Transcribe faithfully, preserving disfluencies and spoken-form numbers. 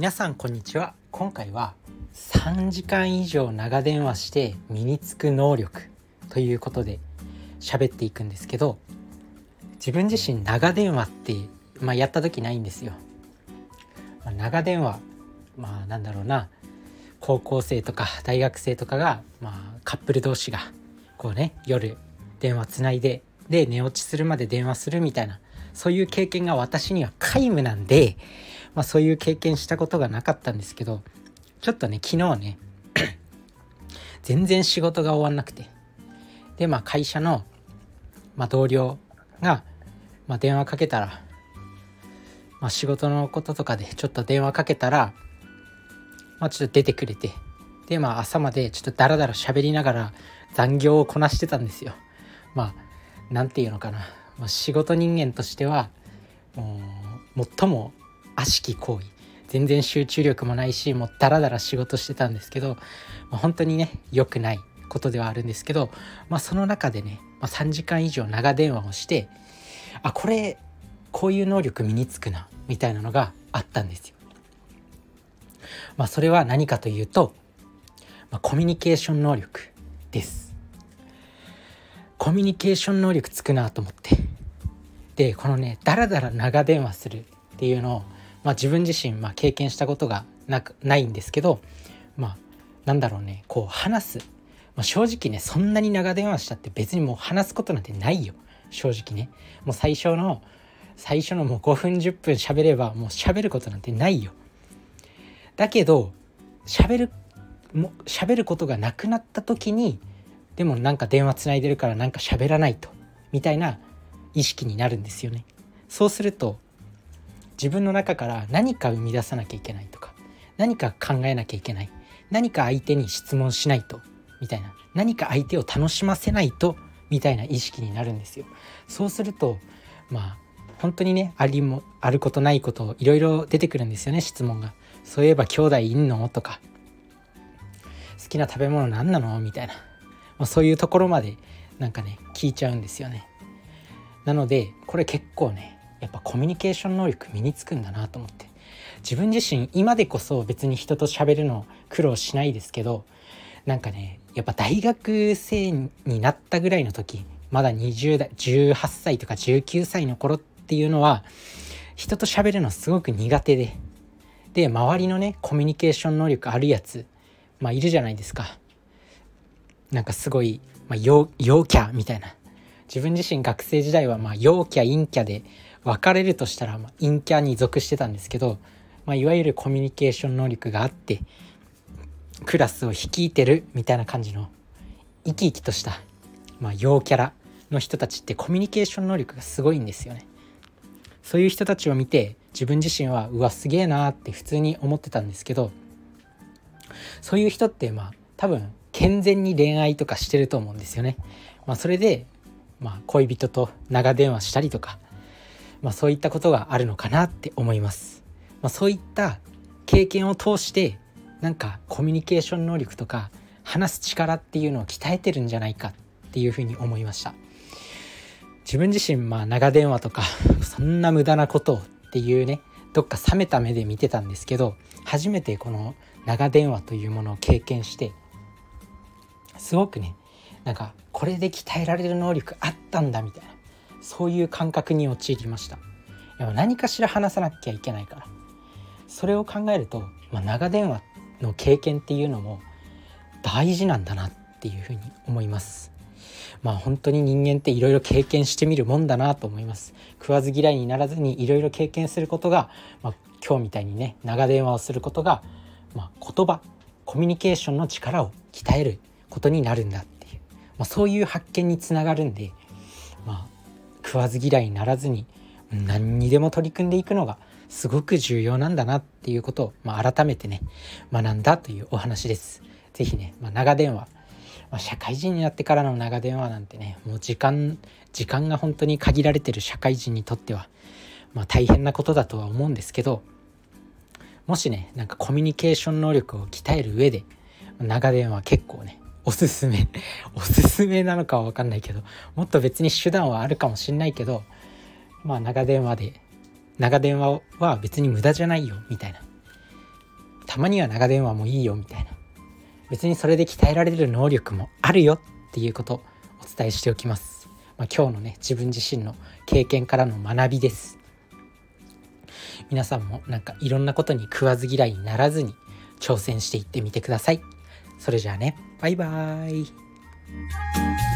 皆さんこんにちは。今回はさんじかん以上長電話して身につく能力ということで喋っていくんですけど、自分自身長電話って、まあ、やった時ないんですよ。まあ、長電話まあなんだろうな高校生とか大学生とかが、まあ、カップル同士がこうね夜電話つないでで寝落ちするまで電話するみたいな、そういう経験が私には皆無なんで、まあ、そういう経験したことがなかったんですけど、ちょっとね昨日ね全然仕事が終わんなくて、でまあ会社の、まあ、同僚が、まあ、電話かけたら、まあ、仕事のこととかでちょっと電話かけたら、まあ、ちょっと出てくれて、でまあ朝までちょっとダラダラ喋りながら残業をこなしてたんですよ。まあなんていうのかな、まあ、仕事人間としてはもう最も悪しき行為、全然集中力もないしもうダラダラ仕事してたんですけど、まあ、本当にね良くないことではあるんですけど、まあ、その中でね、まあ、さんじかん以上長電話をして、あこれこういう能力身につくなみたいなのがあったんですよ。まあ、それは何かというと、まあ、コミュニケーション能力です。コミュニケーション能力つくなと思って、でこのねダラダラ長電話するっていうのを、まあ、自分自身、まあ、経験したことがなくないんですけど、まあなんだろうねこう話す、まあ、正直ねそんなに長電話したって別にもう話すことなんてないよ正直ね。もう最初の最初のもうごふんじゅっぷん喋ればもう喋ることなんてないよ。だけど喋るも喋ることがなくなった時にでもなんか電話つないでるからなんか喋らないとみたいな意識になるんですよね。そうすると自分の中から何か生み出さなきゃいけないとか、何か考えなきゃいけない、何か相手に質問しないとみたいな、何か相手を楽しませないとみたいな意識になるんですよ。そうするとまあ本当にねありもあることないこといろいろ出てくるんですよね、質問が。そういえば兄弟いんのとか、好きな食べ物何なのみたいな、まあ、そういうところまでなんかね聞いちゃうんですよね。なのでこれ結構ねやっぱコミュニケーション能力身につくんだなと思って、自分自身今でこそ別に人と喋るの苦労しないですけど、なんかねやっぱ大学生になったぐらいの時、まだにじゅう代じゅうはっさいとかじゅうきゅうさいの頃っていうのは人と喋るのすごく苦手で、で周りのねコミュニケーション能力あるやつまあいるじゃないですか。なんかすごい、まあ、陽キャみたいな。自分自身学生時代はまあ陽キャ陰キャで分かれるとしたらまあ陰キャに属してたんですけど、まあ、いわゆるコミュニケーション能力があってクラスを率いてるみたいな感じの生き生きとした、まあ、陽キャラの人たちってコミュニケーション能力がすごいんですよね。そういう人たちを見て自分自身はうわすげえなって普通に思ってたんですけど、そういう人ってまあ多分健全に恋愛とかしてると思うんですよね。まあ、それで、まあ、恋人と長電話したりとか、まあ、そういったことがあるのかなって思います。まあ、そういった経験を通してなんかコミュニケーション能力とか話す力っていうのを鍛えてるんじゃないかっていうふうに思いました。自分自身まあ長電話とかそんな無駄なことをっていうねどっか冷めた目で見てたんですけど、初めてこの長電話というものを経験してすごくねなんかこれで鍛えられる能力あったんだみたいな、そういう感覚に陥りました。でも何かしら話さなきゃいけないから、それを考えると、まあ、長電話の経験っていうのも大事なんだなっていうふうに思います。まあ本当に人間っていろいろ経験してみるもんだなと思います。食わず嫌いにならずにいろいろ経験することが、まあ、今日みたいにね長電話をすることが、まあ、言葉コミュニケーションの力を鍛えることになるんだっていう、まあ、そういう発見につながるんで、まあ、食わず嫌いにならずに何にでも取り組んでいくのがすごく重要なんだなっていうことを、まあ、改めてね学んだというお話です。ぜひね、まあ、長電話、まあ、社会人になってからの長電話なんてねもう時間時間が本当に限られてる社会人にとっては、まあ、大変なことだとは思うんですけど、もしねなんかコミュニケーション能力を鍛える上で長電話結構ねおすすめおすすめなのかは分かんないけど、もっと別に手段はあるかもしれないけど、まあ長電話で長電話は別に無駄じゃないよみたいな、 たまには長電話もいいよみたいな、別にそれで鍛えられる能力もあるよっていうことをお伝えしておきます。まあ、今日のね自分自身の経験からの学びです。皆さんもなんかいろんなことに食わず嫌いにならずに挑戦していってみてください。それじゃあね、バイバーイ。